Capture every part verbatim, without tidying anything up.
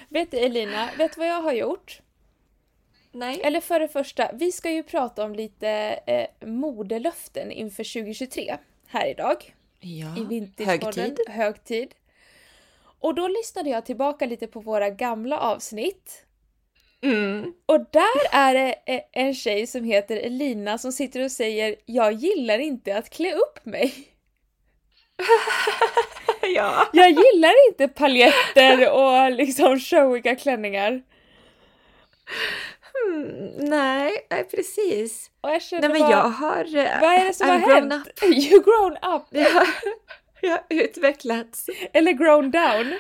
Vet du Elina, vet du vad jag har gjort? Nej. Eller för det första, vi ska ju prata om lite eh, modelöften inför tjugohundratjugotre här idag. Ja, I Vintagepodden, högtid. högtid. Och då lyssnade jag tillbaka lite på våra gamla avsnitt. Mm. Och där är det eh, en tjej som heter Elina som sitter och säger jag gillar inte att klä upp mig. Ja. Jag gillar inte paljetter och liksom showiga klänningar. Mm, nej, nej, precis. Och jag känner Nej, men bara, jag har... vad är det som I've har grown hänt? up. You grown up. Ja, jag har utvecklats. Eller grown down.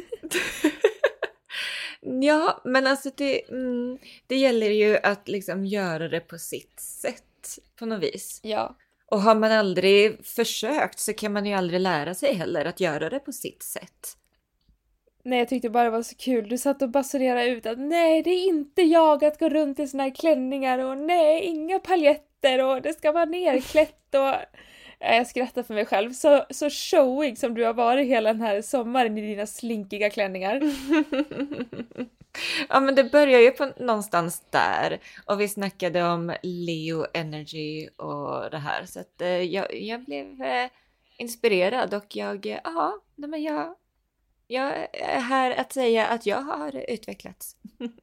Ja, men alltså det, mm, det gäller ju att liksom göra det på sitt sätt på något vis. Ja. Och har man aldrig försökt så kan man ju aldrig lära sig heller att göra det på sitt sätt. Nej, jag tyckte bara det var så kul. Du satt och basunerade ut att nej, det är inte jag att gå runt i såna här klänningar och nej, inga paljetter och det ska vara nerklätt och... Jag skrattar för mig själv. Så, så showig som du har varit hela den här sommaren i dina slinkiga klänningar. Ja, men det börjar ju på någonstans där. Och vi snackade om Leo Energy och det här. Så att eh, jag, jag blev eh, inspirerad och jag, eh, ja, nej, men jag, jag är här att säga att jag har utvecklats.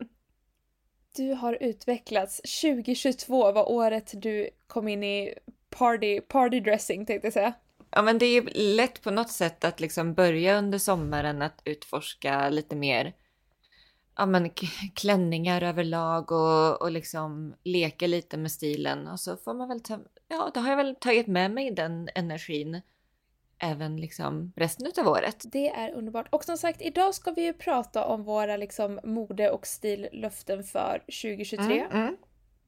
Du har utvecklats. tjugohundratjugotvå var året du kom in i party, party dressing tänkte jag säga. Ja, men det är ju lätt på något sätt att liksom börja under sommaren att utforska lite mer, ja, men k- klänningar överlag och, och liksom leka lite med stilen. Och så får man väl ta, ja, då har jag väl tagit med mig den energin även liksom resten av året. Det är underbart. Och som sagt, idag ska vi ju prata om våra liksom mode- och stillöften för tjugohundratjugotre. Mm, mm.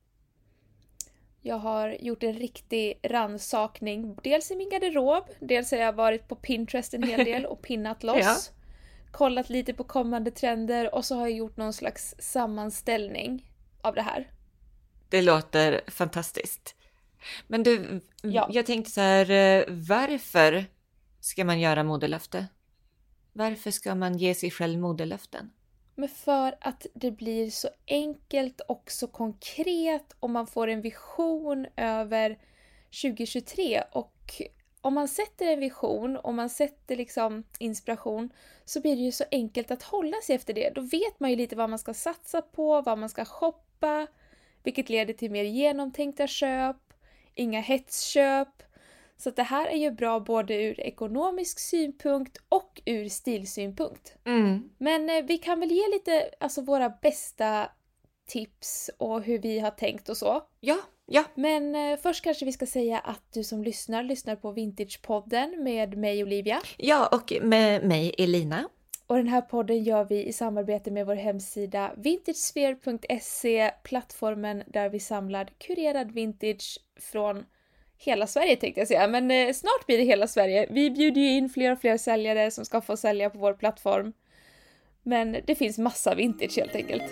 Jag har gjort en riktig rannsakning. Dels i min garderob, dels har jag varit på Pinterest en hel del och pinnat loss. Ja. Kollat lite på kommande trender och så har jag gjort någon slags sammanställning av det här. Det låter fantastiskt. Men du, Ja. jag tänkte så här, varför ska man göra modelöfte? Varför ska man ge sig själv modelöften? Men för att det blir så enkelt och så konkret och man får en vision över tjugohundratjugotre. Och om man sätter en vision och man sätter liksom inspiration så blir det ju så enkelt att hålla sig efter det. Då vet man ju lite vad man ska satsa på, vad man ska shoppa, vilket leder till mer genomtänkta köp, inga hetsköp. Så att det här är ju bra både ur ekonomisk synpunkt och ur stilsynpunkt. Mm. Men eh, vi kan väl ge lite alltså våra bästa tips och hur vi har tänkt och så. Ja, ja. Men eh, först kanske vi ska säga att du som lyssnar lyssnar på Vintagepodden med mig Olivia. Ja, och med mig Elina. Och den här podden gör vi i samarbete med vår hemsida vintagesphere punkt se, plattformen där vi samlar kurerad vintage från hela Sverige tänkte jag säga, men eh, snart blir det hela Sverige. Vi bjuder ju in fler och fler säljare som ska få sälja på vår plattform. Men det finns massa vintage helt enkelt.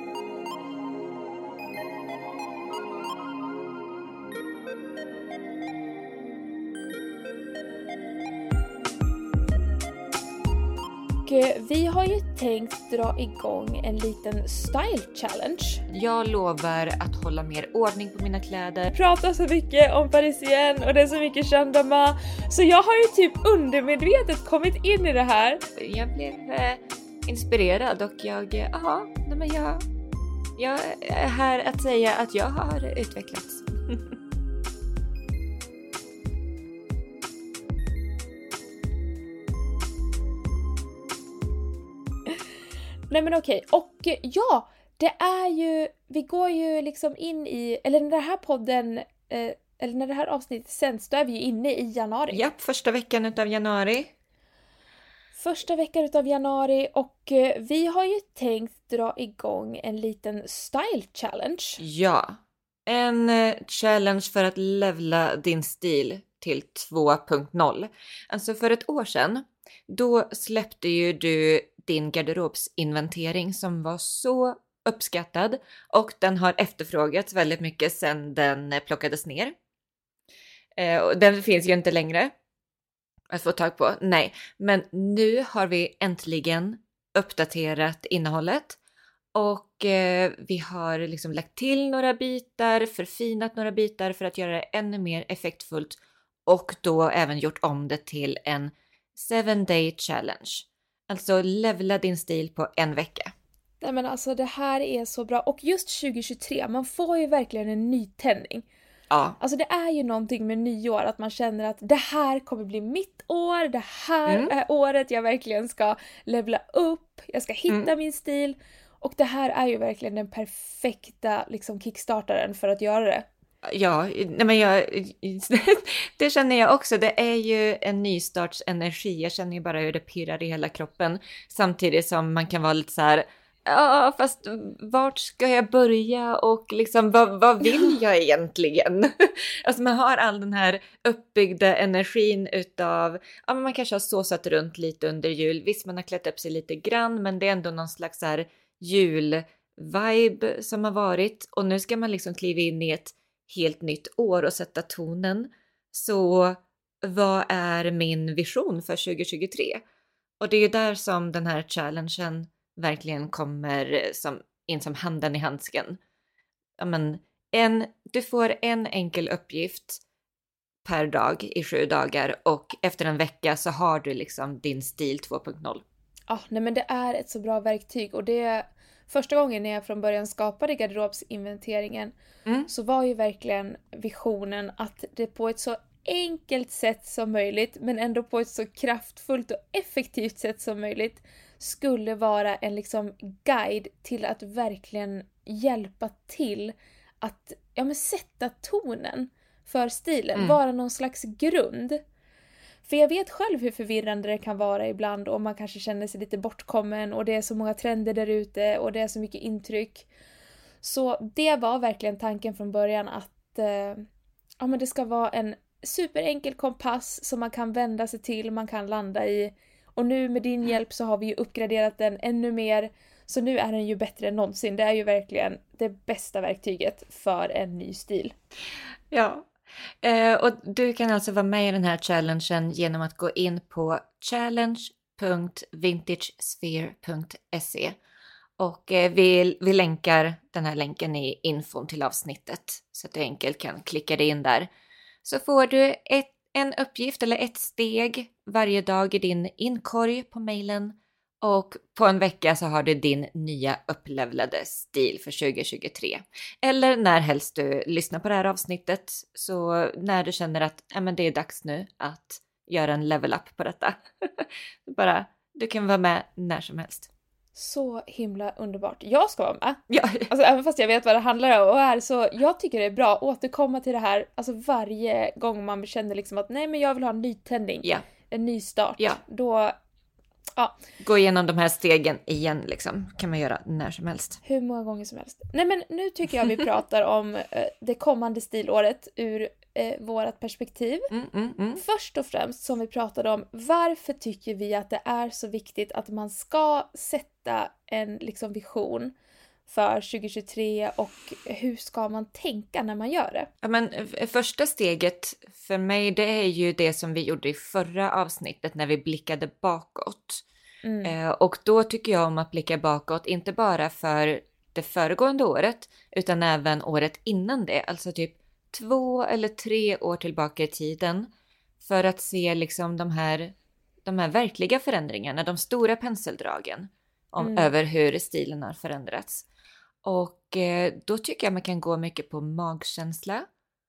Och eh, vi har ju tänkt dra igång en liten style challenge. Jag lovar att hålla mer ordning på mina kläder. Pratar så mycket om Parisien och det är så mycket gendarme. Så jag har ju typ undermedvetet kommit in i det här. Jag blev eh, inspirerad och jag, eh, aha, nej men jag, jag är här att säga att jag har utvecklats. Nej men okej, och ja, det är ju, vi går ju liksom in i, eller när den här podden, eh, eller när det här avsnittet sänds, då är vi ju inne i januari. Ja, första veckan utav januari. Första veckan utav januari och eh, vi har ju tänkt dra igång en liten style challenge. Ja, en eh, challenge för att levla din stil till två punkt noll. Alltså för ett år sedan, då släppte ju du din garderobsinventering som var så uppskattad och den har efterfrågats väldigt mycket sedan den plockades ner. Eh, och den finns ju inte längre att få tag på, nej. Men nu har vi äntligen uppdaterat innehållet. Och eh, vi har liksom lagt till några bitar, förfinat några bitar för att göra det ännu mer effektfullt. Och då även gjort om det till en seven day challenge. Alltså levla din stil på en vecka. Nej men alltså det här är så bra. Och just tjugo tjugotre, man får ju verkligen en nytändning. Ja. Alltså det är ju någonting med nyår att man känner att det här kommer bli mitt år. Det här mm. är året jag verkligen ska levla upp. Jag ska hitta mm. min stil. Och det här är ju verkligen den perfekta liksom, kickstartaren för att göra det. Ja, nej men jag, det känner jag också. Det är ju en nystartsenergi. Jag känner ju bara hur det pirrar i hela kroppen. Samtidigt som man kan vara lite så här, ja fast vart ska jag börja och liksom vad, vad vill jag egentligen? Alltså man har all den här uppbyggda energin utav, ja men man kanske har såsat runt lite under jul. Visst man har klätt upp sig lite grann men det är ändå någon slags så här julvibe som har varit. Och nu ska man liksom kliva in i ett helt nytt år och sätta tonen. Så vad är min vision för tjugo tjugotre? Och det är ju där som den här challengen verkligen kommer som, in som handen i handsken. Ja, men en, du får en enkel uppgift per dag i sju dagar och efter en vecka så har du liksom din stil två punkt noll. Ja, nej men det är ett så bra verktyg och det första gången när jag från början skapade garderobsinventeringen mm. så var ju verkligen visionen att det på ett så enkelt sätt som möjligt men ändå på ett så kraftfullt och effektivt sätt som möjligt skulle vara en liksom guide till att verkligen hjälpa till att ja, men sätta tonen för stilen, mm. vara någon slags grund. För jag vet själv hur förvirrande det kan vara ibland och man kanske känner sig lite bortkommen och det är så många trender där ute och det är så mycket intryck. Så det var verkligen tanken från början att eh, ja, men det ska vara en superenkel kompass som man kan vända sig till, man kan landa i. Och nu med din hjälp så har vi ju uppgraderat den ännu mer. Så nu är den ju bättre än någonsin. Det är ju verkligen det bästa verktyget för en ny stil. Ja. Eh, och du kan alltså vara med i den här challengen genom att gå in på challenge punkt vintagesphere punkt se och eh, vi, vi länkar den här länken i infon till avsnittet så att du enkelt kan klicka dig in där. Så får du ett, en uppgift eller ett steg varje dag i din inkorg på mejlen och på en vecka så har du din nya upplevlade stil för tjugo tjugotre. Eller när helst du lyssnar på det här avsnittet, så när du känner att ja, men det är dags nu att göra en level up på detta. Bara, du kan vara med när som helst. Så himla underbart. Jag ska vara med. Ja. Alltså, även fast jag vet vad det handlar om och är så, jag tycker det är bra att återkomma till det här alltså varje gång man känner liksom att nej men jag vill ha en nytändning. Ja. En ny start. Ja. Då ja. Gå igenom de här stegen igen liksom. Kan man göra när som helst. Hur många gånger som helst. Nej men nu tycker jag vi pratar om eh, det kommande stilåret ur eh, vårat perspektiv. Mm, mm, mm. Först och främst som vi pratade om, varför tycker vi att det är så viktigt att man ska sätta en liksom vision för tjugo tjugotre och hur ska man tänka när man gör det? Ja, men första steget för mig det är ju det som vi gjorde i förra avsnittet när vi blickade bakåt. Mm. Eh, och då tycker jag om att blicka bakåt inte bara för det föregående året utan även året innan det. Alltså typ två eller tre år tillbaka i tiden för att se liksom de här, de här verkliga förändringarna, de stora penseldragen om, mm. över hur stilen har förändrats. Och eh, då tycker jag man kan gå mycket på magkänsla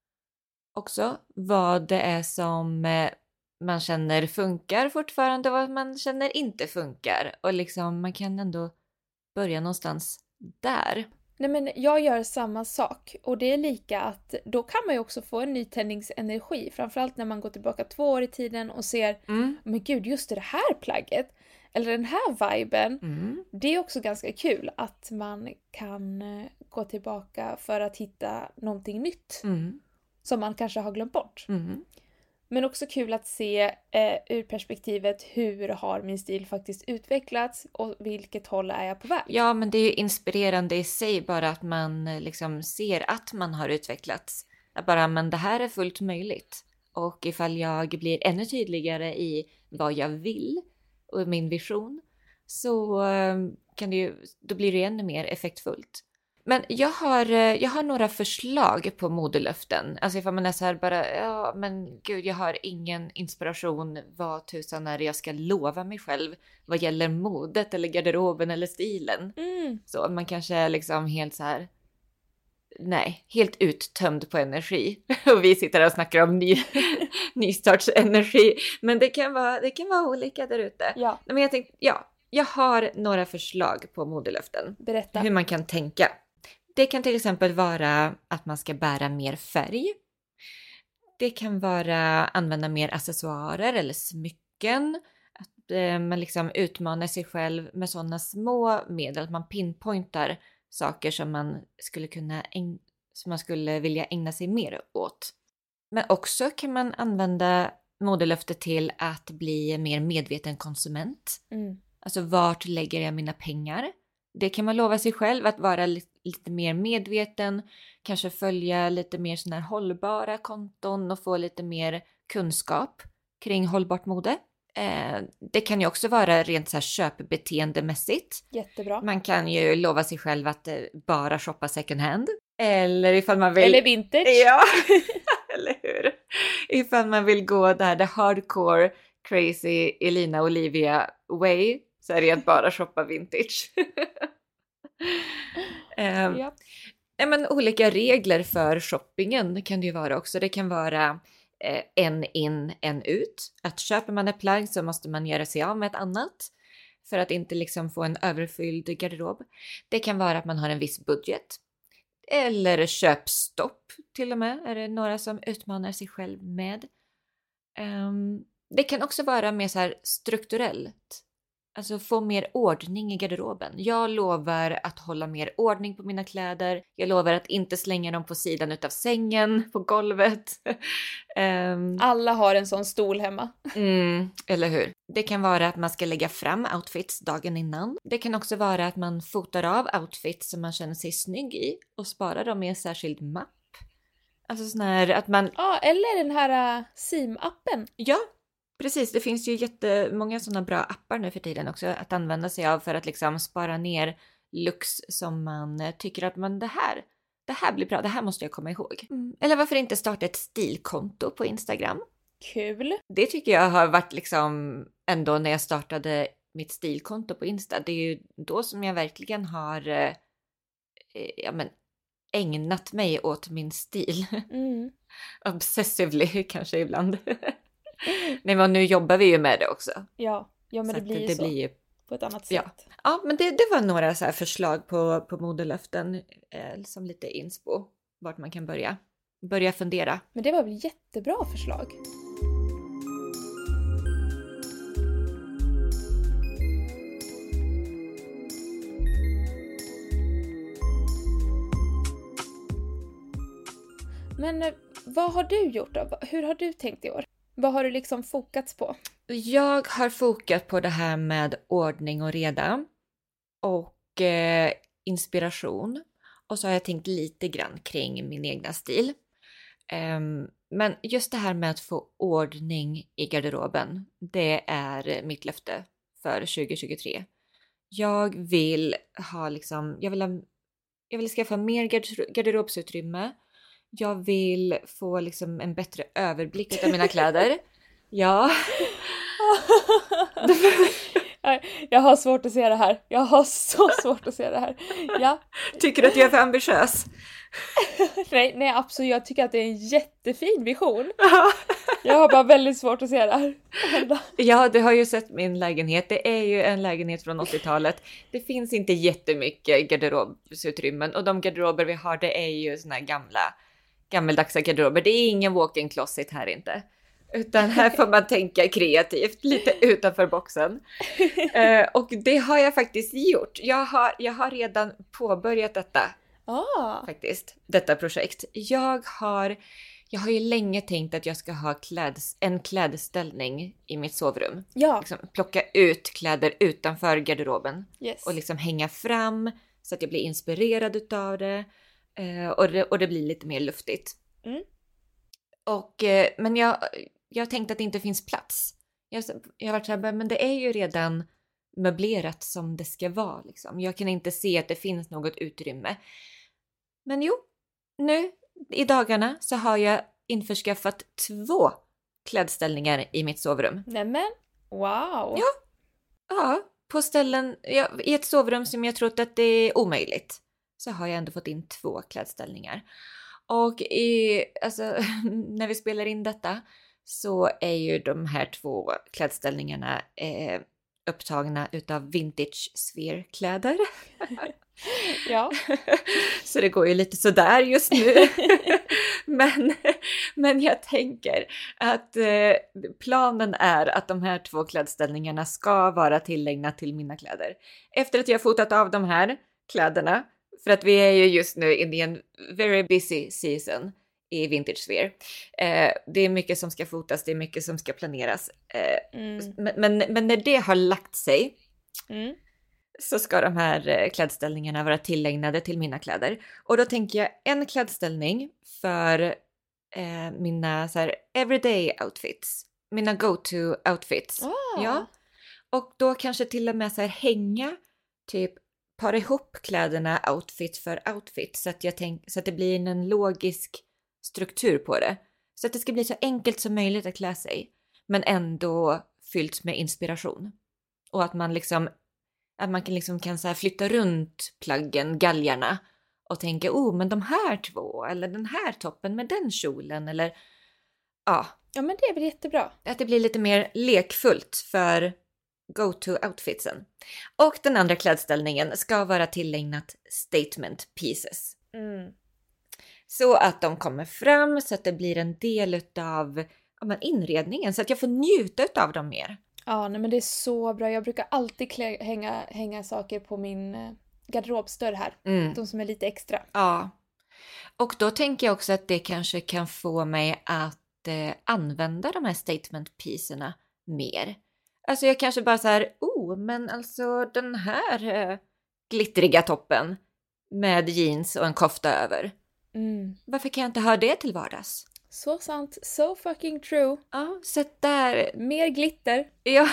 också. Vad det är som eh, man känner funkar fortfarande och vad man känner inte funkar. Och liksom man kan ändå börja någonstans där. Nej men jag gör samma sak och det är lika att då kan man ju också få en nytändningsenergi. Framförallt när man går tillbaka två år i tiden och ser mm. men gud just det här plagget. Eller den här viben, mm. det är också ganska kul att man kan gå tillbaka för att hitta någonting nytt. Mm. Som man kanske har glömt bort. Mm. Men också kul att se eh, ur perspektivet hur har min stil faktiskt utvecklats och vilket håll är jag på väg. Ja, men det är ju inspirerande i sig bara att man liksom ser att man har utvecklats. Att bara, men det här är fullt möjligt. Och ifall jag blir ännu tydligare i vad jag vill och min vision, så kan det ju, då blir det ännu mer effektfullt. Men jag har, jag har några förslag på modelöften. Alltså ifall man är så här bara, ja men gud jag har ingen inspiration vad tusan är det jag ska lova mig själv vad gäller modet eller garderoben eller stilen. Mm. Så man kanske är liksom helt så här, nej, helt uttömd på energi. Och vi sitter här och snackar om ny, nystartsenergi. Men det kan vara, det kan vara olika där ute. Ja. Men jag tänkte, ja, jag har några förslag på modelöften. Berätta. Hur man kan tänka. Det kan till exempel vara att man ska bära mer färg. Det kan vara använda mer accessoarer eller smycken. Att eh, man liksom utmanar sig själv med sådana små medel. Att man pinpointar saker som man skulle kunna ägna, som man skulle vilja ägna sig mer åt. Men också kan man använda modelöftet till att bli mer medveten konsument. Mm. Alltså vart lägger jag mina pengar? Det kan man lova sig själv att vara lite, lite mer medveten. Kanske följa lite mer såna här hållbara konton och få lite mer kunskap kring hållbart mode. Eh, det kan ju också vara rent så här köpbeteendemässigt. Jättebra. Man kan ju lova sig själv att eh, bara shoppa second hand. Eller ifall man vill... Eller vintage. Ja, eller hur? Ifall man vill gå där the hardcore crazy Elina Olivia way så är det att bara shoppa vintage. um, Ja. ja, men olika regler för shoppingen kan det ju vara också. Det kan vara eh, en in, en ut. Att köper man ett plagg så måste man göra sig av med ett annat. För att inte liksom få en överfylld garderob. Det kan vara att man har en viss budget. Eller köpstopp till och med. Är det några som utmanar sig själv med. Um, det kan också vara mer så här strukturellt. Alltså få mer ordning i garderoben. Jag lovar att hålla mer ordning på mina kläder. Jag lovar att inte slänga dem på sidan utav sängen, på golvet. um, Alla har en sån stol hemma. mm, eller hur? Det kan vara att man ska lägga fram outfits dagen innan. Det kan också vara att man fotar av outfits som man känner sig snygg i och sparar dem i en särskild mapp. Alltså sån här att man... Ja, eller den här uh, Sim-appen. Ja. Precis, det finns ju jättemånga sådana bra appar nu för tiden också att använda sig av för att liksom spara ner looks som man tycker att man det här, det här blir bra, det här måste jag komma ihåg. Mm. Eller varför inte starta ett stilkonto på Instagram? Kul. Det tycker jag har varit liksom ändå när jag startade mitt stilkonto på Insta. Det är ju då som jag verkligen har eh, ja, men, ägnat mig åt min stil. Mm. Obsessively kanske ibland. Nej, men nu jobbar vi ju med det också. Ja, ja men så det blir ju det så. Blir ju... På ett annat sätt. Ja, ja men det, det var några så här förslag på, på modelöften. Eh, som lite inspo. Vart man kan börja. Börja fundera. Men det var väl jättebra förslag. Men eh, vad har du gjort då? Hur har du tänkt i år? Vad har du liksom fokats på? Jag har fokat på det här med ordning och reda. Och eh, inspiration. Och så har jag tänkt lite grann kring min egna stil. Um, men just det här med att få ordning i garderoben. Det är mitt löfte för tjugo tjugotre. Jag vill ha liksom... Jag vill, ha, jag vill skaffa mer garder- garderobsutrymme. Jag vill få liksom en bättre överblick av mina kläder. Ja. Jag har svårt att se det här. Jag har så svårt att se det här. Ja. Tycker du att jag är för ambitiös? nej, nej, absolut. Jag tycker att det är en jättefin vision. Jag har bara väldigt svårt att se det här. Ja, du har ju sett min lägenhet. Det är ju en lägenhet från åttiotalet. Det finns inte jättemycket garderobsutrymmen. Och de garderober vi har, det är ju såna här gamla, gammeldags garderober. Det är ingen walk-in closet här inte. Utan här får man tänka kreativt, lite utanför boxen. Uh, och det har jag faktiskt gjort. Jag har, jag har redan påbörjat detta. Ah. Faktiskt, detta projekt. Jag har, jag har ju länge tänkt att jag ska ha kläds, en klädställning i mitt sovrum. Ja. Liksom plocka ut kläder utanför garderoben. Yes. Och liksom hänga fram så att jag blir inspirerad utav det. Uh, och, det och det blir lite mer luftigt. Mm. Och, uh, men jag... Jag tänkte att det inte finns plats. Jag, jag har varit så här, men det är ju redan möblerat som det ska vara. Liksom. Jag kan inte se att det finns något utrymme. Men jo, nu i dagarna så har jag införskaffat två klädställningar i mitt sovrum. Nämen, wow! Ja, ja på ställen, ja, i ett sovrum som jag trott att det är omöjligt. Så har jag ändå fått in två klädställningar. Och i, alltså, när vi spelar in detta så är ju de här två klädställningarna eh, upptagna utav vintage sphere-kläder. Ja. Så det går ju lite sådär just nu. men, men jag tänker att eh, planen är att de här två klädställningarna ska vara tillägnade till mina kläder. Efter att jag fotat av de här kläderna, för att vi är ju just nu inne i en very busy season i Vintage Sphere. Eh, det är mycket som ska fotas, det är mycket som ska planeras. Eh, mm. men, men, men när det har lagt sig mm. så ska de här klädställningarna vara tillägnade till mina kläder. Och då tänker jag en klädställning för eh, mina så här, everyday outfits. Mina go-to outfits. Oh. Ja. Och då kanske till och med så här hänga, typ para ihop kläderna outfit för outfit. Så att, jag tänk, så att det blir en logisk struktur på det. Så att det ska bli så enkelt som möjligt att klä sig. Men ändå fyllt med inspiration. Och att man liksom Att man kan, liksom kan så här flytta runt plaggen, galgarna och tänka, oh men de här två eller den här toppen med den kjolen eller ja. Ja men det är väl jättebra. Att det blir lite mer lekfullt för go-to-outfitsen. Och den andra klädställningen ska vara tillägnat statement pieces. Mm. Så att de kommer fram så att det blir en del av ja, men inredningen så att jag får njuta av dem mer. Ja, nej, men det är så bra. Jag brukar alltid klä, hänga, hänga saker på min eh, garderobsdörr här. Mm. De som är lite extra. Ja. Och då tänker jag också att det kanske kan få mig att eh, använda de här statement-piecerna mer. Alltså jag kanske bara så här, oh, men alltså den här eh, glittriga toppen med jeans och en kofta över. Mm. Varför kan jag inte ha det till vardags? Så sant, so fucking true. Ja, så där. Mer glitter. Ja.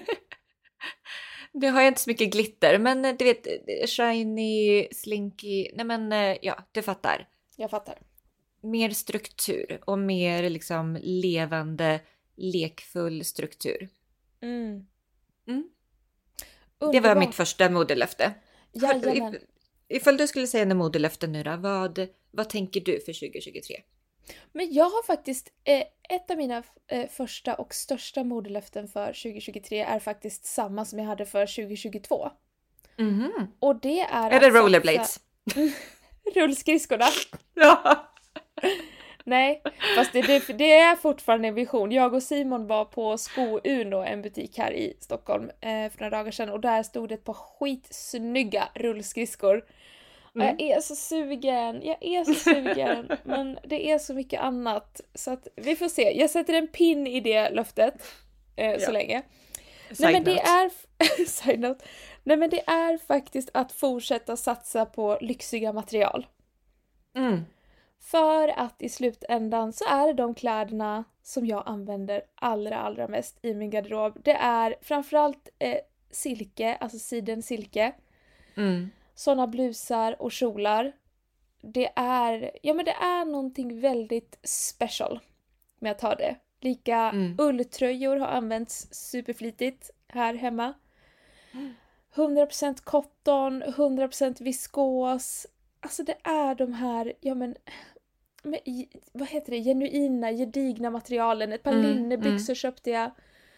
Nu har jag inte så mycket glitter, men du vet, shiny, slinky, nej men ja, du fattar. Jag fattar. Mer struktur och mer liksom levande, lekfull struktur. Mm. Mm. Det var mitt första modelöfte. Jajamän. Ifall du skulle säga en modelöfte nu då, vad, vad tänker du för tjugo tjugotre? Men jag har faktiskt, eh, ett av mina eh, första och största modelöften för tjugo tjugotre är faktiskt samma som jag hade för tjugo tjugotvå. Mm-hmm. Och det är Är det rollerblades? Rullskridskorna. Ja. Nej, fast det, det, det är fortfarande en vision. Jag och Simon var på Sko Uno, en butik här i Stockholm eh, för några dagar sedan. Och där stod det ett par skitsnygga rullskridskor. Mm. Jag är så sugen, jag är så sugen, men det är så mycket annat. Så att vi får se, jag sätter en pin i det löftet eh, ja. så länge. Side Nej men note. det är side note. Nej men det är faktiskt att fortsätta satsa på lyxiga material. Mm. För att i slutändan så är det de kläderna som jag använder allra allra mest i min garderob. Det är framförallt eh, silke, alltså siden silke. Mm. Såna blusar och kjolar. Det är, ja men det är någonting väldigt special med att ha det. Lika mm. ulltröjor har använts superflitigt här hemma. hundra procent cotton, hundra procent viskos. Alltså det är de här, ja men, men vad heter det, genuina, gedigna materialen. Ett par mm. linnebyxor mm. köpte jag.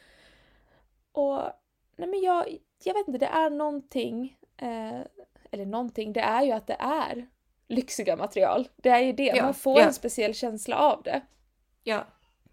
Och, nej men jag, jag vet inte, det är någonting... Eh, eller någonting, det är ju att det är lyxiga material. Det är ju det, ja, man får ja. en speciell känsla av det. Ja.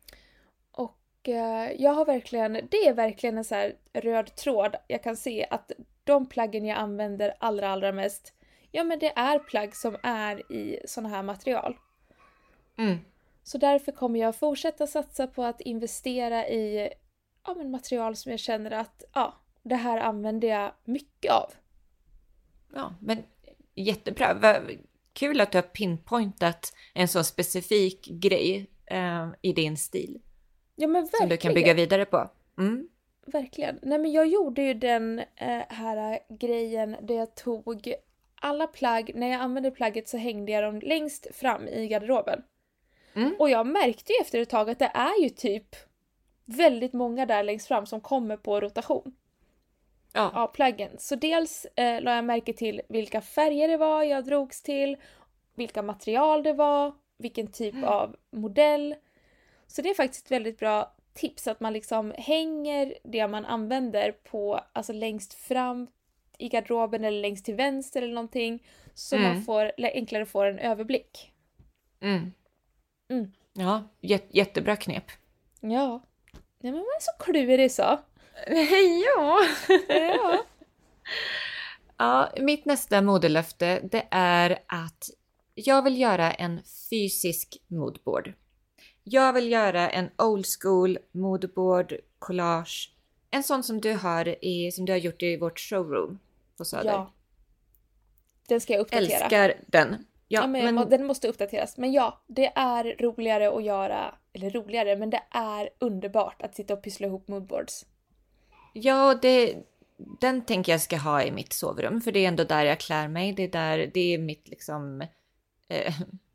Och eh, jag har verkligen, det är verkligen en så här röd tråd. Jag kan se att de plaggen jag använder allra allra mest, ja men det är plagg som är i såna här material. Mm. Så därför kommer jag fortsätta satsa på att investera i ja, men material som jag känner att ja, det här använder jag mycket av. Ja, men jättebra. Vad kul att du har pinpointat en så specifik grej eh, i din stil. Ja, men verkligen. Som du kan bygga vidare på. Mm. verkligen. Nej men jag gjorde ju den eh, här grejen där jag tog alla plagg, när jag använde plagget så hängde jag dem längst fram i garderoben. Mm. Och jag märkte ju efter ett tag att det är ju typ väldigt många där längst fram som kommer på rotation. Ja. Av plaggen. Så dels eh, la jag märke till vilka färger det var jag drogs till, vilka material det var, vilken typ mm. av modell. Så det är faktiskt ett väldigt bra tips att man liksom hänger det man använder på, alltså längst fram i garderoben eller längst till vänster eller någonting, så mm. man får enklare får en överblick. Mm. Mm. Ja, jät- jättebra knep. Ja. Nej, men man är så klurig så. ja. ja. Ja, mitt nästa modelöfte det är att jag vill göra en fysisk moodboard. Jag vill göra en old school moodboard collage. En sån som du har i, som du har gjort i vårt showroom på Söder. Ja. Den ska jag uppdatera. Älskar den. Ja, ja men, men den måste uppdateras. Men ja, det är roligare att göra, eller roligare, men det är underbart att sitta och pyssla ihop moodboards. Ja, det, den tänker jag ska ha i mitt sovrum, för det är ändå där jag klär mig. Det är där, det är mitt liksom eh,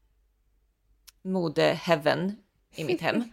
mode-heaven i mitt hem.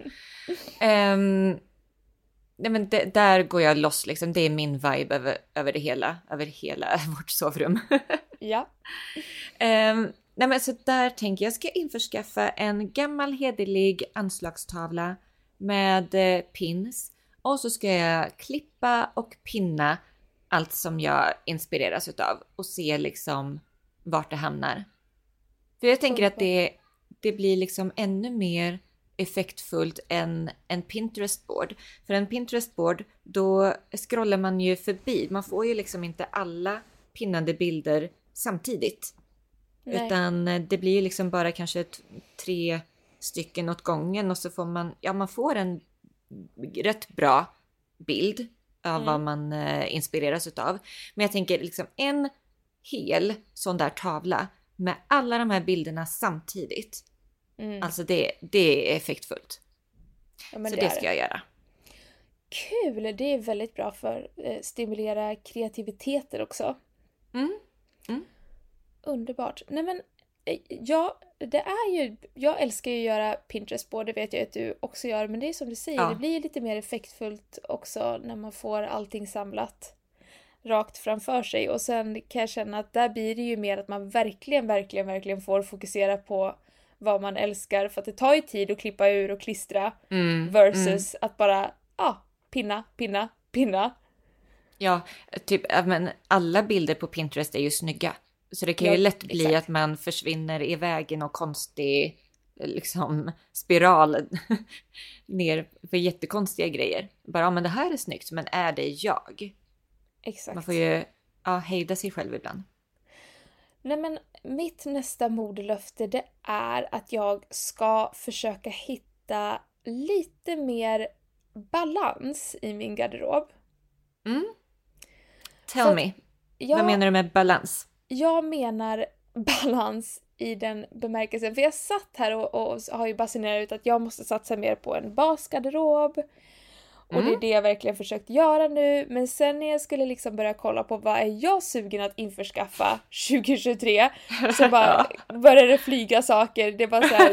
um, nej men det, där går jag loss liksom. Det är min vibe över, över det hela, över hela vårt sovrum. ja. Um, nej men så där tänker jag ska införskaffa en gammal hederlig anslagstavla med eh, pins. Och så ska jag klippa och pinna allt som jag inspireras utav och se liksom vart det hamnar. För jag tänker att det, det blir liksom ännu mer effektfullt än en Pinterest-board. För en Pinterest-board, då scrollar man ju förbi. Man får ju liksom inte alla pinnade bilder samtidigt. Nej. Utan det blir ju liksom bara kanske t- tre stycken åt gången och så får man, ja man får en rätt bra bild av mm. vad man eh, inspireras utav. Men jag tänker liksom en hel sån där tavla med alla de här bilderna samtidigt. Mm. Alltså det, det är effektfullt. Ja, så det, det ska jag göra. Kul! Det är väldigt bra för att eh, stimulera kreativiteten också. Mm. Mm. Underbart. Nej men, ja, det är ju, jag älskar ju att göra Pinterest-board, det vet jag att du också gör, men det är som du säger, ja. Det blir lite mer effektfullt också när man får allting samlat rakt framför sig, och sen kan jag känna att där blir det ju mer att man verkligen, verkligen, verkligen får fokusera på vad man älskar, för att det tar ju tid att klippa ur och klistra mm. versus mm. att bara, ja, pinna, pinna, pinna. Ja, typ, men alla bilder på Pinterest är ju snygga. Så det kan ju ja, lätt bli exakt. Att man försvinner iväg i någon konstig liksom, spiral ner för jättekonstiga grejer. Bara, ja men det här är snyggt, men är det jag? Exakt. Man får ju ja, hejda sig själv ibland. Nej men mitt nästa modelöfte, det är att jag ska försöka hitta lite mer balans i min garderob. Mm. Tell för, me. Ja, vad menar du med balans? Jag menar balans i den bemärkelsen. För jag satt här och, och har ju basunerat ut att jag måste satsa mer på en basgarderob. Och mm. det är det jag verkligen försökt göra nu. Men sen när jag skulle liksom börja kolla på vad är jag sugen att införskaffa tjugo tjugotre. Så bara ja. började det flyga saker. Det var så här...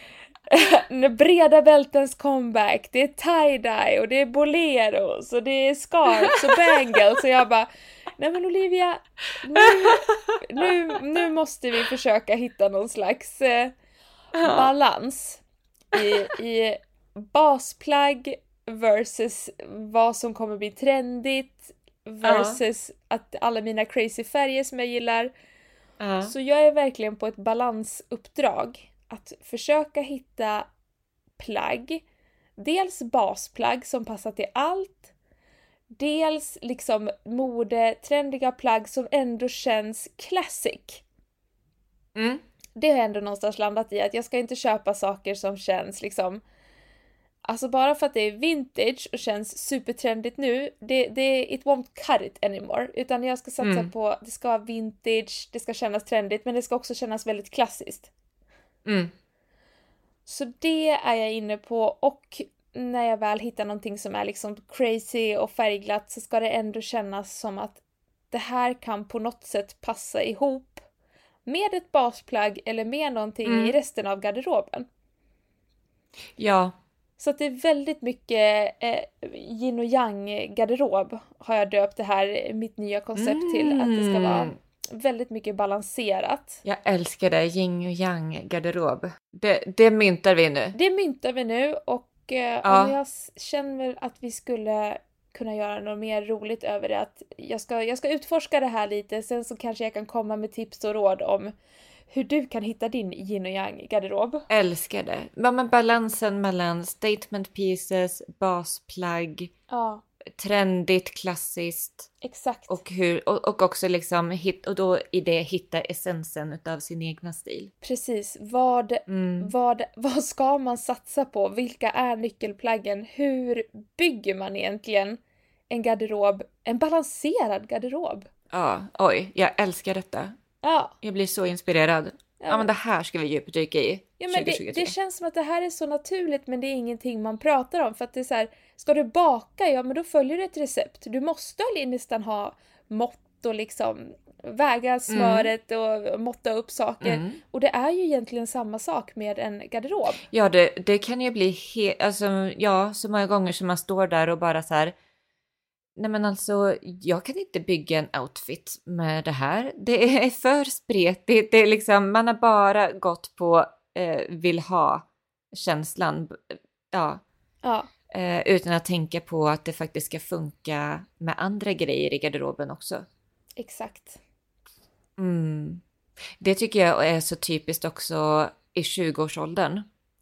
breda bältens comeback. Det är tie-dye och det är boleros och det är scarves och bangles. Så jag bara... Nej men Olivia, nu, nu, nu måste vi försöka hitta någon slags eh, balans i, i basplagg versus vad som kommer bli trendigt versus uh-huh. att alla mina crazy färger som jag gillar. Uh-huh. Så jag är verkligen på ett balansuppdrag att försöka hitta plagg, dels basplagg som passar till allt. Dels liksom mode, trendiga plagg som ändå känns classic. Mm. Det har jag ändå någonstans landat i. Att jag ska inte köpa saker som känns liksom... Alltså bara för att det är vintage och känns supertrendigt nu. Det, det, it won't cut it anymore. Utan jag ska satsa mm. på... Det ska vara vintage, det ska kännas trendigt. Men det ska också kännas väldigt klassiskt. Mm. Så det är jag inne på. Och när jag väl hittar någonting som är liksom crazy och färgglatt så ska det ändå kännas som att det här kan på något sätt passa ihop med ett basplagg eller med någonting mm. i resten av garderoben. Ja. Så att det är väldigt mycket eh, yin och yang garderob har jag döpt det här, mitt nya koncept mm. till. Att det ska vara väldigt mycket balanserat. Jag älskar det, yin och yang garderob. Det, det myntar vi nu. Det myntar vi nu och eh, ja. jag känner att vi skulle kunna göra något mer roligt över det. Att jag ska, jag ska utforska det här lite, sen så kanske jag kan komma med tips och råd om hur du kan hitta din yin och yang garderob. Älskar det. Ja, men balansen mellan statement pieces, basplagg, ja. trendigt, klassiskt. Exakt. Och, hur, och, och också liksom hit, och då i det hitta essensen utav sin egna stil. Precis. Vad, mm. vad, vad ska man satsa på? Vilka är nyckelplaggen? Hur bygger man egentligen en garderob? En balanserad garderob? Ja, oj. Jag älskar detta. Ja. Jag blir så inspirerad. Ja, ja men det här ska vi djupdyka i. Ja, men det, det känns som att det här är så naturligt, men det är ingenting man pratar om. För att det är så här, ska du baka, ja men då följer du ett recept. Du måste nästan ha mått och liksom väga smöret mm. och måtta upp saker. Mm. Och det är ju egentligen samma sak med en garderob. Ja, det, det kan ju bli he- alltså, ja, så många gånger som man står där och bara så här. Nej men alltså, jag kan inte bygga en outfit med det här. Det är för spretigt. Det är liksom, man har bara gått på eh, vill ha känslan. Ja. Ja. Eh, utan att tänka på att det faktiskt ska funka med andra grejer i garderoben också. Exakt. Mm. Det tycker jag är så typiskt också i tjugoårsåldern.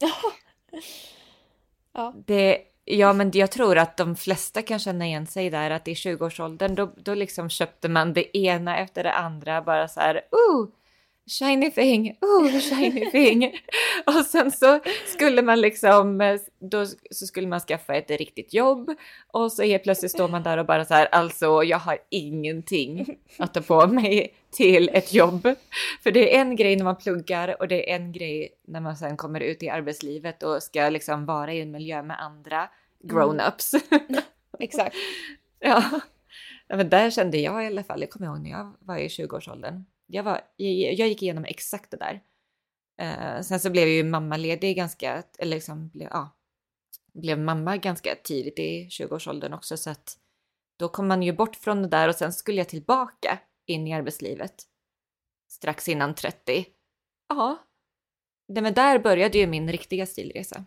Ja. Det Ja, men jag tror att de flesta kan känna igen sig där, att i tjugoårsåldern då, då liksom köpte man det ena efter det andra, bara så här, oh, shiny thing, oh, shiny thing. Och sen så skulle man liksom, då så skulle man skaffa ett riktigt jobb och så helt plötsligt står man där och bara så här, alltså jag har ingenting att ta på mig till ett jobb. För det är en grej när man pluggar och det är en grej när man sen kommer ut i arbetslivet och ska liksom vara i en miljö med andra grown-ups. Mm. Exakt. Ja. Ja, men där kände jag i alla fall, jag kommer ihåg när jag var i tjugoårsåldern. Jag, var, jag, jag gick igenom exakt det där. Uh, sen så blev jag ju mammaledig ganska, eller liksom, blev, ja, blev mamma ganska tidigt i tjugoårsåldern också. Så att då kom man ju bort från det där och sen skulle jag tillbaka in i arbetslivet. Strax innan trettio. Ja, det med där började ju min riktiga stilresa.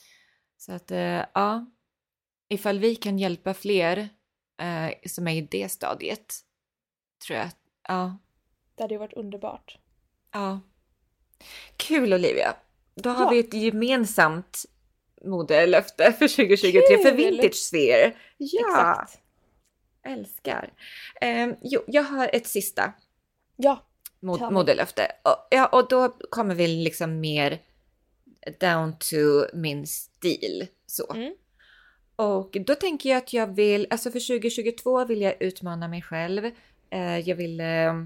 Så att, uh, ja, ifall vi kan hjälpa fler uh, som är i det stadiet, tror jag, ja. Det hade ju varit underbart. Ja. Kul Olivia. Då har ja. vi ett gemensamt modelöfte för tjugohundratjugotre Kul. För Vintage Sphere. Ja. Exakt. Älskar. Um, jo, jag har ett sista. Ja. Mod- modelöfte. Och, ja, och då kommer vi liksom mer down to min stil. Så. Mm. Och då tänker jag att jag vill, alltså för tjugohundratjugotvå vill jag utmana mig själv. Uh, jag vill... Uh,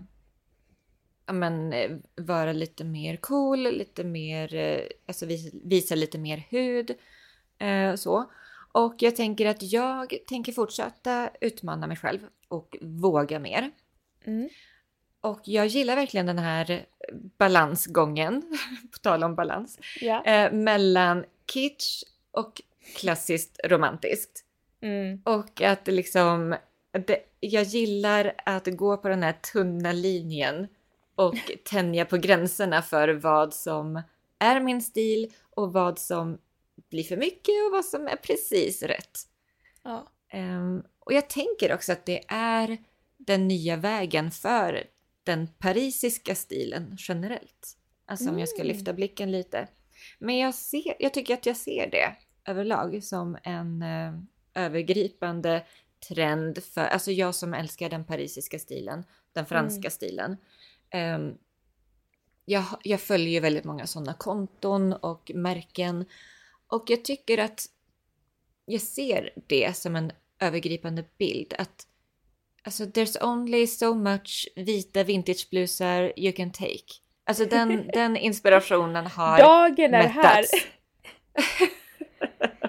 Ja, men vara lite mer cool, lite mer, alltså visa, visa lite mer hud, eh, så. Och jag tänker att jag tänker fortsätta utmana mig själv och våga mer. Mm. Och jag gillar verkligen den här balansgången, på tal om balans, ja. eh, mellan kitsch och klassiskt romantiskt. Mm. Och att liksom, det, jag gillar att gå på den här tunna linjen och tänja på gränserna för vad som är min stil och vad som blir för mycket och vad som är precis rätt. Ja. Um, och jag tänker också att det är den nya vägen för den parisiska stilen generellt. Alltså om jag ska lyfta blicken lite. Men jag, ser, jag tycker att jag ser det överlag som en uh, övergripande trend för, alltså jag som älskar den parisiska stilen, den franska mm. stilen. Um, jag, jag följer ju väldigt många sådana konton och märken och jag tycker att jag ser det som en övergripande bild att alltså there's only so much vita vintageblusar you can take. Alltså den, den inspirationen har Dagen är mättats. här.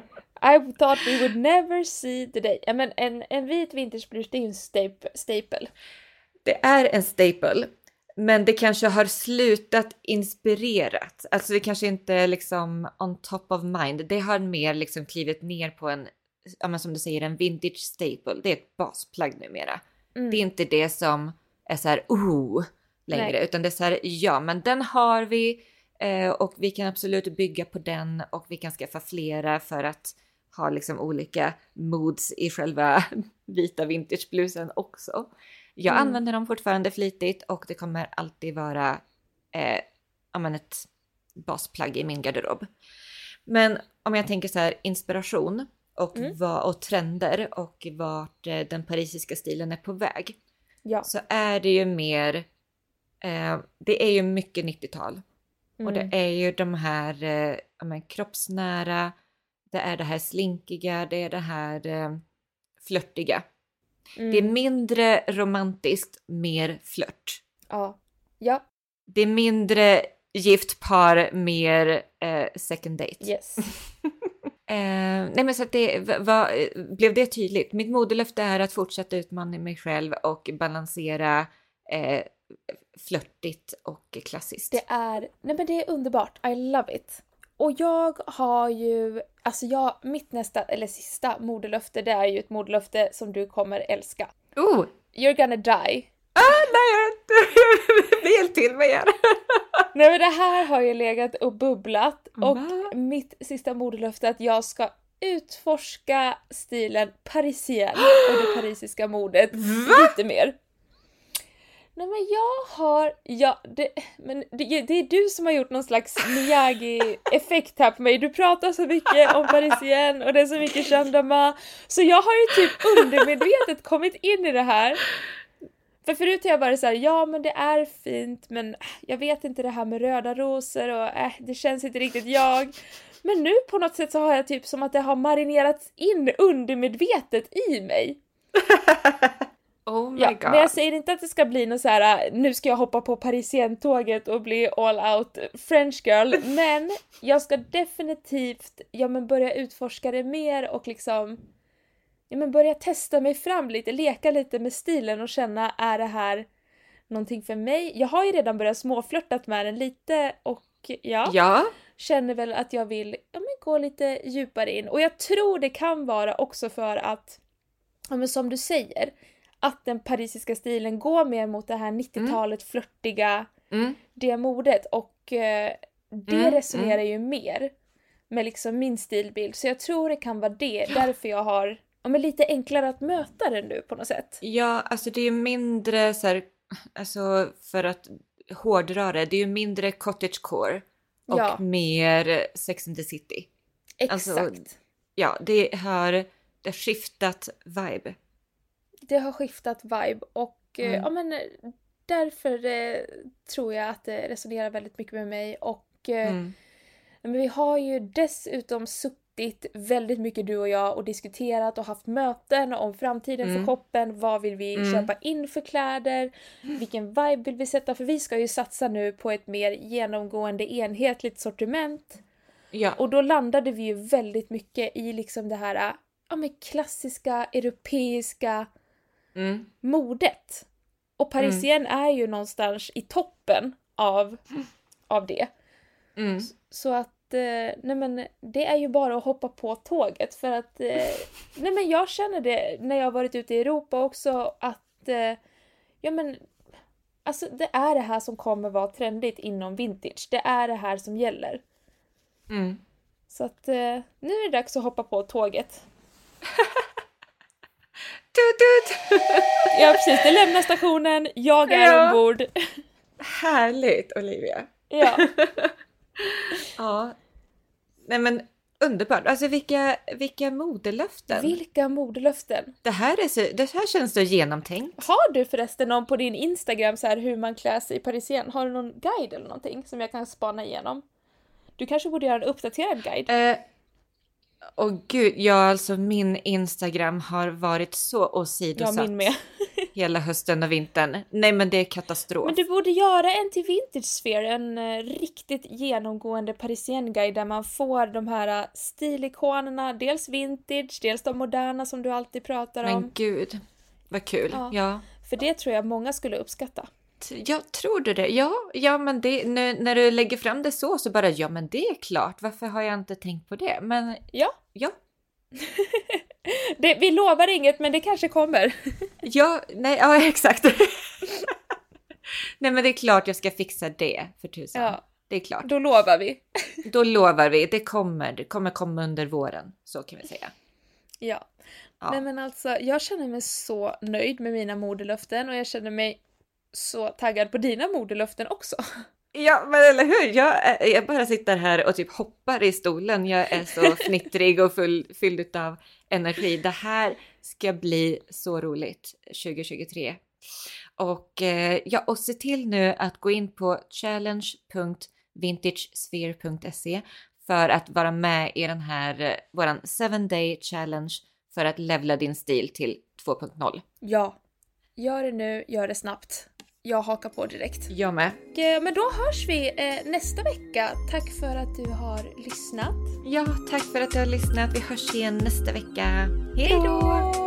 I thought we would never see the day. Ja, men en, en vit vintageblush, det är ju en staple, staple. Det är en staple. Men det kanske har slutat inspirerat. Alltså det kanske inte är liksom on top of mind. Det har mer liksom klivit ner på en, ja men som du säger, en vintage staple. Det är ett basplagg numera. Mm. Det är inte det som är så här, oh, längre. Nej. Utan det är så här, ja men den har vi. Eh, och vi kan absolut bygga på den. Och vi kan skaffa flera för att ha liksom olika moods i själva vita vintageblusen också. Jag mm. använder dem fortfarande flitigt och det kommer alltid vara eh, ja, ett basplagg i min garderob. Men om jag tänker så här, inspiration och, mm. vad, och trender och vart eh, den parisiska stilen är på väg. Ja. Så är det ju mer, eh, det är ju mycket nittiotal. Mm. Och det är ju de här eh, ja, kroppsnära, det är det här slinkiga, det är det här eh, flörtiga. Mm. Det är mindre romantiskt, mer flört. Ja. Ja. Det är mindre gift par, mer eh, second date. Yes. eh, nej men så att det var, blev det tydligt. Mitt modelöfte är att fortsätta utmana mig själv och balansera eh, flörtigt och klassiskt. Det är, nej men det är underbart. I love it. Och jag har ju, alltså jag, mitt nästa, eller sista modelöfte, det är ju ett modelöfte som du kommer älska. Oh! You're gonna die. Ah, nej, jag blir helt till mig igen. Nej men det här har ju legat och bubblat. Och Va? Mitt sista modelöfte är att jag ska utforska stilen parisien och det parisiska modet Va? Lite mer. Nej men jag har, ja, det, men det, det är du som har gjort någon slags Miyagi-effekt här på mig. Du pratar så mycket om parisien och det är så mycket gendarme. Så jag har ju typ undermedvetet kommit in i det här. För förut har jag bara så här, ja men det är fint men jag vet inte det här med röda rosor och äh, det känns inte riktigt jag. Men nu på något sätt så har jag typ som att det har marinerats in undermedvetet i mig. Oh my ja, God. Men jag säger inte att det ska bli något så här, nu ska jag hoppa på parisientåget och bli all out French girl, men jag ska definitivt ja, men börja utforska det mer och liksom ja, men börja testa mig fram lite, leka lite med stilen och känna, är det här någonting för mig? Jag har ju redan börjat småflörtat med den lite och ja, ja. känner väl att jag vill ja, men gå lite djupare in. Och jag tror det kan vara också för att, ja, men som du säger, att den parisiska stilen går mer mot det här nittiotalet mm. flörtiga, mm. det modet. Och eh, det mm. resonerar mm. ju mer med liksom min stilbild. Så jag tror det kan vara det. Därför jag har ja, men lite enklare att möta den nu på något sätt. Ja, alltså det är ju mindre så här, alltså för att hårdra det, det är ju mindre cottagecore och ja. mer Sex and the City. Exakt. Alltså, ja, det har, det har skiftat vibe. Det har skiftat vibe och mm. ja, men därför eh, tror jag att det resonerar väldigt mycket med mig. Och eh, mm. men vi har ju dessutom suttit väldigt mycket du och jag och diskuterat och haft möten om framtiden mm. för shoppen. Vad vill vi mm. köpa in för kläder? Vilken vibe vill vi sätta? För vi ska ju satsa nu på ett mer genomgående enhetligt sortiment. Ja. Och då landade vi ju väldigt mycket i liksom det här ja, men klassiska, europeiska Mm. modet. Och parisien mm. är ju någonstans i toppen av, av det. Mm. Så, så att eh, nej men det är ju bara att hoppa på tåget för att eh, nej men jag känner det när jag har varit ute i Europa också att eh, ja men alltså det är det här som kommer vara trendigt inom vintage. Det är det här som gäller. Mm. Så att eh, nu är det dags att hoppa på tåget. Tut, tut. Ja precis, det lämnar stationen, jag är ja. ombord. Härligt Olivia. Ja. Ja. Nej men underbart, alltså vilka, vilka modelöften. Vilka modelöften. Det här, är så, det här känns så genomtänkt. Har du förresten någon på din Instagram så här hur man klär sig i parisien? Har du någon guide eller någonting som jag kan spana igenom? Du kanske borde göra en uppdaterad guide. Eh, Och gud, ja alltså min Instagram har varit så åsidosatt. Ja, min med. Hela hösten och vintern. Nej men det är katastrof. Men du borde göra en till Vintage Sphere, en uh, riktigt genomgående parisienguide där man får de här uh, stilikonerna, dels vintage, dels de moderna som du alltid pratar men om. Men gud, vad kul. Ja. ja. För det tror jag många skulle uppskatta. Jag tror du det? Ja, ja men det, när, när du lägger fram det så så bara, ja men det är klart. Varför har jag inte tänkt på det? Men ja. Ja. det, vi lovar inget, men det kanske kommer. ja, nej, ja exakt. Nej men det är klart jag ska fixa det för tusan. Ja, det är klart. Då lovar vi. Då lovar vi. Det kommer, det kommer komma under våren. Så kan vi säga. Ja. ja. Nej men alltså, jag känner mig så nöjd med mina modelöften. Och jag känner mig så taggad på dina modelöften också. Ja, men eller hur? Jag, jag bara sitter här och typ hoppar i stolen. Jag är så fnittrig och full, fylld av energi. Det här ska bli så roligt tjugo tjugotre. Och, ja, och se till nu att gå in på challenge punkt vintagesphere punkt se för att vara med i den här våran seven day challenge för att levla din stil till två punkt noll. Ja, gör det nu, gör det snabbt. Jag hakar på direkt. Jag med. Men då hörs vi eh, nästa vecka. Tack för att du har lyssnat. Ja, tack för att du har lyssnat. Vi hörs igen nästa vecka. Hej då!